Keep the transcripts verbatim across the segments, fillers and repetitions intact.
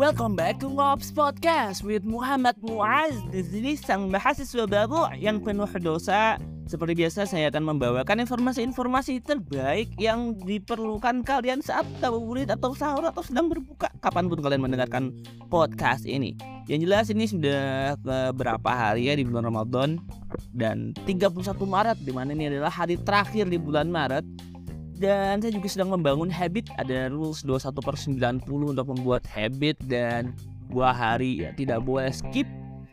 Welcome back to Ngobs Podcast with Muhammad Muaz. Di sini sang mahasiswa baru yang penuh dosa. Seperti biasa saya akan membawakan informasi-informasi terbaik yang diperlukan kalian saat ngabuburit atau sahur atau sedang berbuka, kapanpun kalian mendengarkan podcast ini. Yang jelas ini sudah beberapa hari ya di bulan Ramadan dan tiga puluh satu Maret, di mana ini adalah hari terakhir di bulan Maret. Dan saya juga sedang membangun habit. Ada rules dua puluh satu per sembilan puluh untuk membuat habit. Dan dua hari ya tidak boleh skip.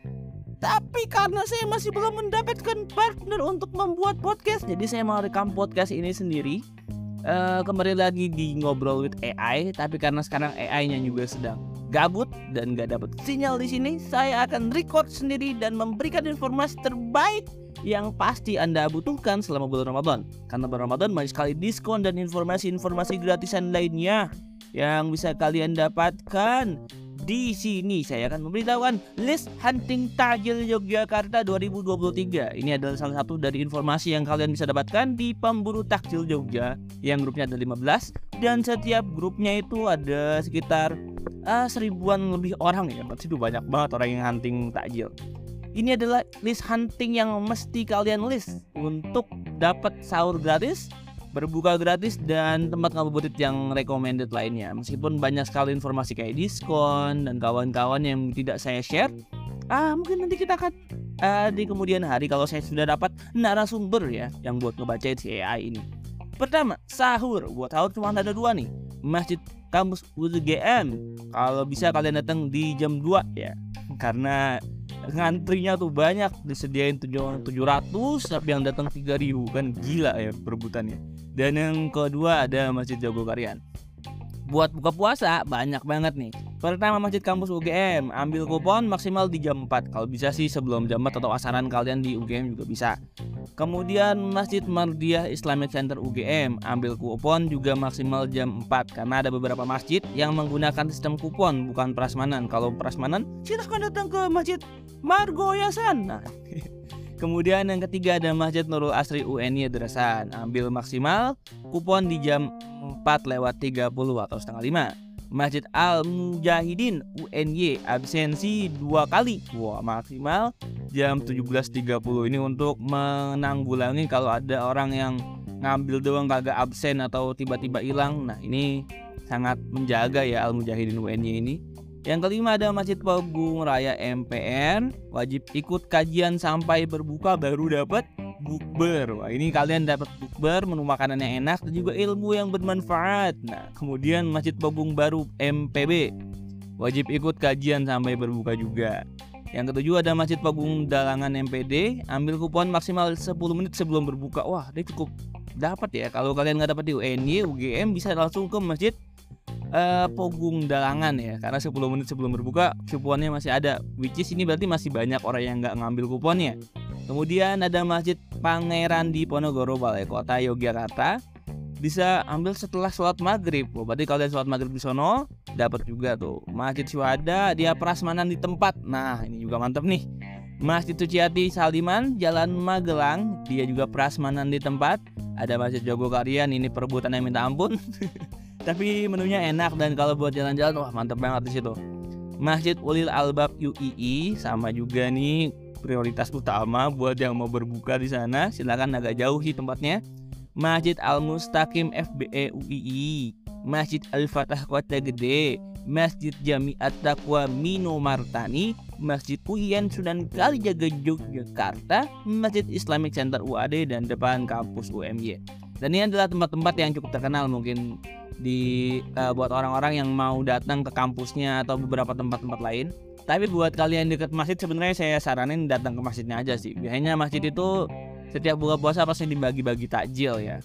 Tapi karena saya masih belum mendapatkan partner untuk membuat podcast, jadi saya mau rekam podcast ini sendiri. uh, Kembali lagi di Ngobrol with A I. Tapi karena sekarang A I-nya juga sedang gabut dan gak dapat sinyal di sini, saya akan record sendiri dan memberikan informasi terbaik yang pasti Anda butuhkan selama bulan Ramadan. Karena bulan Ramadan banyak sekali diskon dan informasi-informasi gratisan lainnya yang bisa kalian dapatkan. Di sini saya akan memberitahukan list hunting takjil Yogyakarta dua ribu dua puluh tiga. Ini adalah salah satu dari informasi yang kalian bisa dapatkan di Pemburu Takjil Jogja, yang grupnya ada lima belas, dan setiap grupnya itu ada sekitar uh, seribuan lebih orang ya. Berarti itu banyak banget orang yang hunting takjil. Ini adalah list hunting yang mesti kalian list untuk dapat sahur gratis, berbuka gratis, dan tempat ngabuburit yang recommended lainnya. Meskipun banyak sekali informasi kayak diskon dan kawan-kawan yang tidak saya share, ah mungkin nanti kita akan uh, di kemudian hari kalau saya sudah dapat narasumber ya yang buat ngebacain si A I ini. Pertama, sahur. Buat sahur cuma ada dua nih, Masjid Kampus U G M. Kalau bisa kalian datang di jam dua ya, karena ngantrinya tuh banyak, disediain tujuh ratus tapi yang datang tiga ribu, kan gila ya perebutannya. Dan yang kedua ada Masjid Jogokarian. Buat buka puasa banyak banget nih. Pertama, Masjid Kampus U G M, ambil kupon maksimal di jam empat. Kalau bisa sih sebelum jam empat atau asaran kalian di U G M juga bisa. Kemudian Masjid Mardiah Islamic Center U G M, ambil kupon juga maksimal jam empat. Karena ada beberapa masjid yang menggunakan sistem kupon, bukan prasmanan. Kalau prasmanan silahkan datang ke Masjid Margo Yasan. Nah, kemudian yang ketiga ada Masjid Nurul Asri U N Y Drasan, ambil maksimal kupon di jam empat lewat tiga puluh atau setengah lima. Masjid Al Mujahidin U N Y absensi dua kali, wah maksimal jam tujuh belas tiga puluh. Ini untuk menanggulangi kalau ada orang yang ngambil doang kagak absen atau tiba-tiba hilang. Nah ini sangat menjaga ya Al Mujahidin U N Y ini. Yang kelima ada Masjid Pogung Raya M P N, wajib ikut kajian sampai berbuka baru dapat bukber. Wah ini kalian dapat bukber, menu makanan yang enak dan juga ilmu yang bermanfaat. Nah kemudian Masjid Pogung Baru M P B, wajib ikut kajian sampai berbuka juga. Yang ketujuh ada Masjid Pogung Dalangan M P D, ambil kupon maksimal sepuluh menit sebelum berbuka. Wah ini cukup dapat ya. Kalau kalian nggak dapat di U N Y, U G M bisa langsung ke Masjid Uh, Pogung Dalangan ya, karena sepuluh menit sebelum berbuka kuponnya masih ada, which is ini berarti masih banyak orang yang nggak ngambil kuponnya. Kemudian ada Masjid Pangeran di Ponorogo, Balai Kota Yogyakarta, bisa ambil setelah sholat maghrib. Oh, berarti kalian sholat maghrib di sono dapat juga tuh. Masjid Syuhada, dia prasmanan di tempat. Nah ini juga mantap nih. Masjid Suciati Saliman, Jalan Magelang, dia juga prasmanan di tempat. Ada Masjid Jogokarian, ini perebutannya minta ampun. Tapi menunya enak dan kalau buat jalan-jalan wah mantap banget di situ. Masjid Ulil Albab U I I sama juga nih, prioritas utama buat yang mau berbuka di sana. Silakan, agak jauh sih tempatnya. Masjid Al Mustaqim F B E U I I, Masjid Al Fatah Kota Gede, Masjid Jamiat Taqwa Mino Martani, Masjid U I N Sunan Kalijaga Yogyakarta, Masjid Islamic Center U A D, dan depan kampus U M Y. Dan ini adalah tempat-tempat yang cukup terkenal mungkin di uh, buat orang-orang yang mau datang ke kampusnya atau beberapa tempat-tempat lain. Tapi buat kalian dekat masjid sebenarnya saya saranin datang ke masjidnya aja sih. Biasanya masjid itu setiap buka puasa pasti dibagi-bagi takjil ya.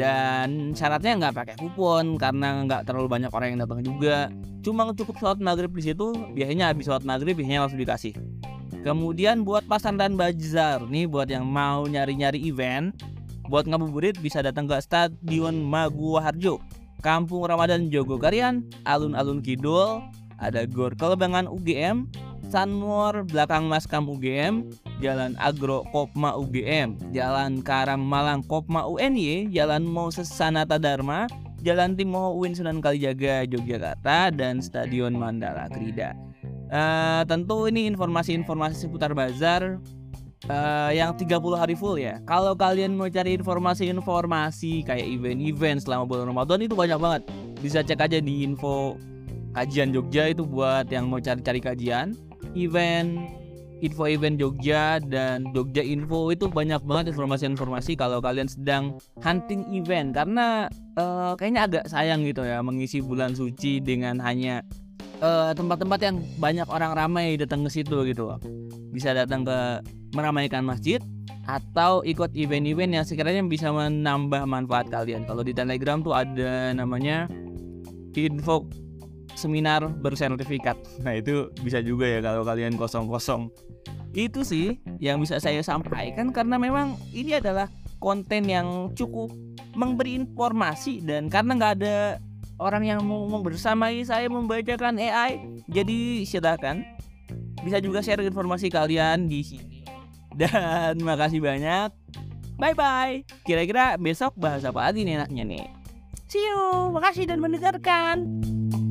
Dan syaratnya nggak pakai kupon karena nggak terlalu banyak orang yang datang juga. Cuma cukup sholat maghrib di situ. Biasanya habis sholat maghrib biasanya langsung dikasih. Kemudian buat pasar dan bazar nih, buat yang mau nyari-nyari event, buat ngabuburit bisa datang ke Stadion Maguwo Harjo, Kampung Ramadan Jogokarian, Alun-Alun Kidul, ada Gor Kelebangan U G M, Sunmore belakang Maskam U G M, Jalan Agro Kopma U G M, Jalan Karang Malang Kopma U N Y, Jalan Moses Sanata Dharma, Jalan Timo U I N Sunan Kalijaga Yogyakarta, dan Stadion Mandala Krida. Uh, tentu ini informasi-informasi seputar bazar uh, yang tiga puluh hari full ya. Kalau kalian mau cari informasi-informasi kayak event-event selama bulan Ramadan itu banyak banget. Bisa cek aja di info kajian Jogja, itu buat yang mau cari-cari kajian, event, info event Jogja, dan Jogja Info itu banyak banget informasi-informasi kalau kalian sedang hunting event. Karena uh, kayaknya agak sayang gitu ya mengisi bulan suci dengan hanya uh, tempat-tempat yang banyak orang ramai datang ke situ gitu. Bisa datang ke meramaikan masjid atau ikut event-event yang sekiranya bisa menambah manfaat kalian. Kalau di Telegram tuh ada namanya info seminar bersertifikat. Nah itu bisa juga ya kalau kalian kosong-kosong. Itu sih yang bisa saya sampaikan, karena memang ini adalah konten yang cukup memberi informasi, dan karena nggak ada orang yang mau bersamai saya membacakan A I, jadi silakan bisa juga share informasi kalian di sini. Dan makasih banyak. Bye bye. Kira-kira besok bahas apa lagi nih enaknya nih? See you. Makasih dan mendengarkan.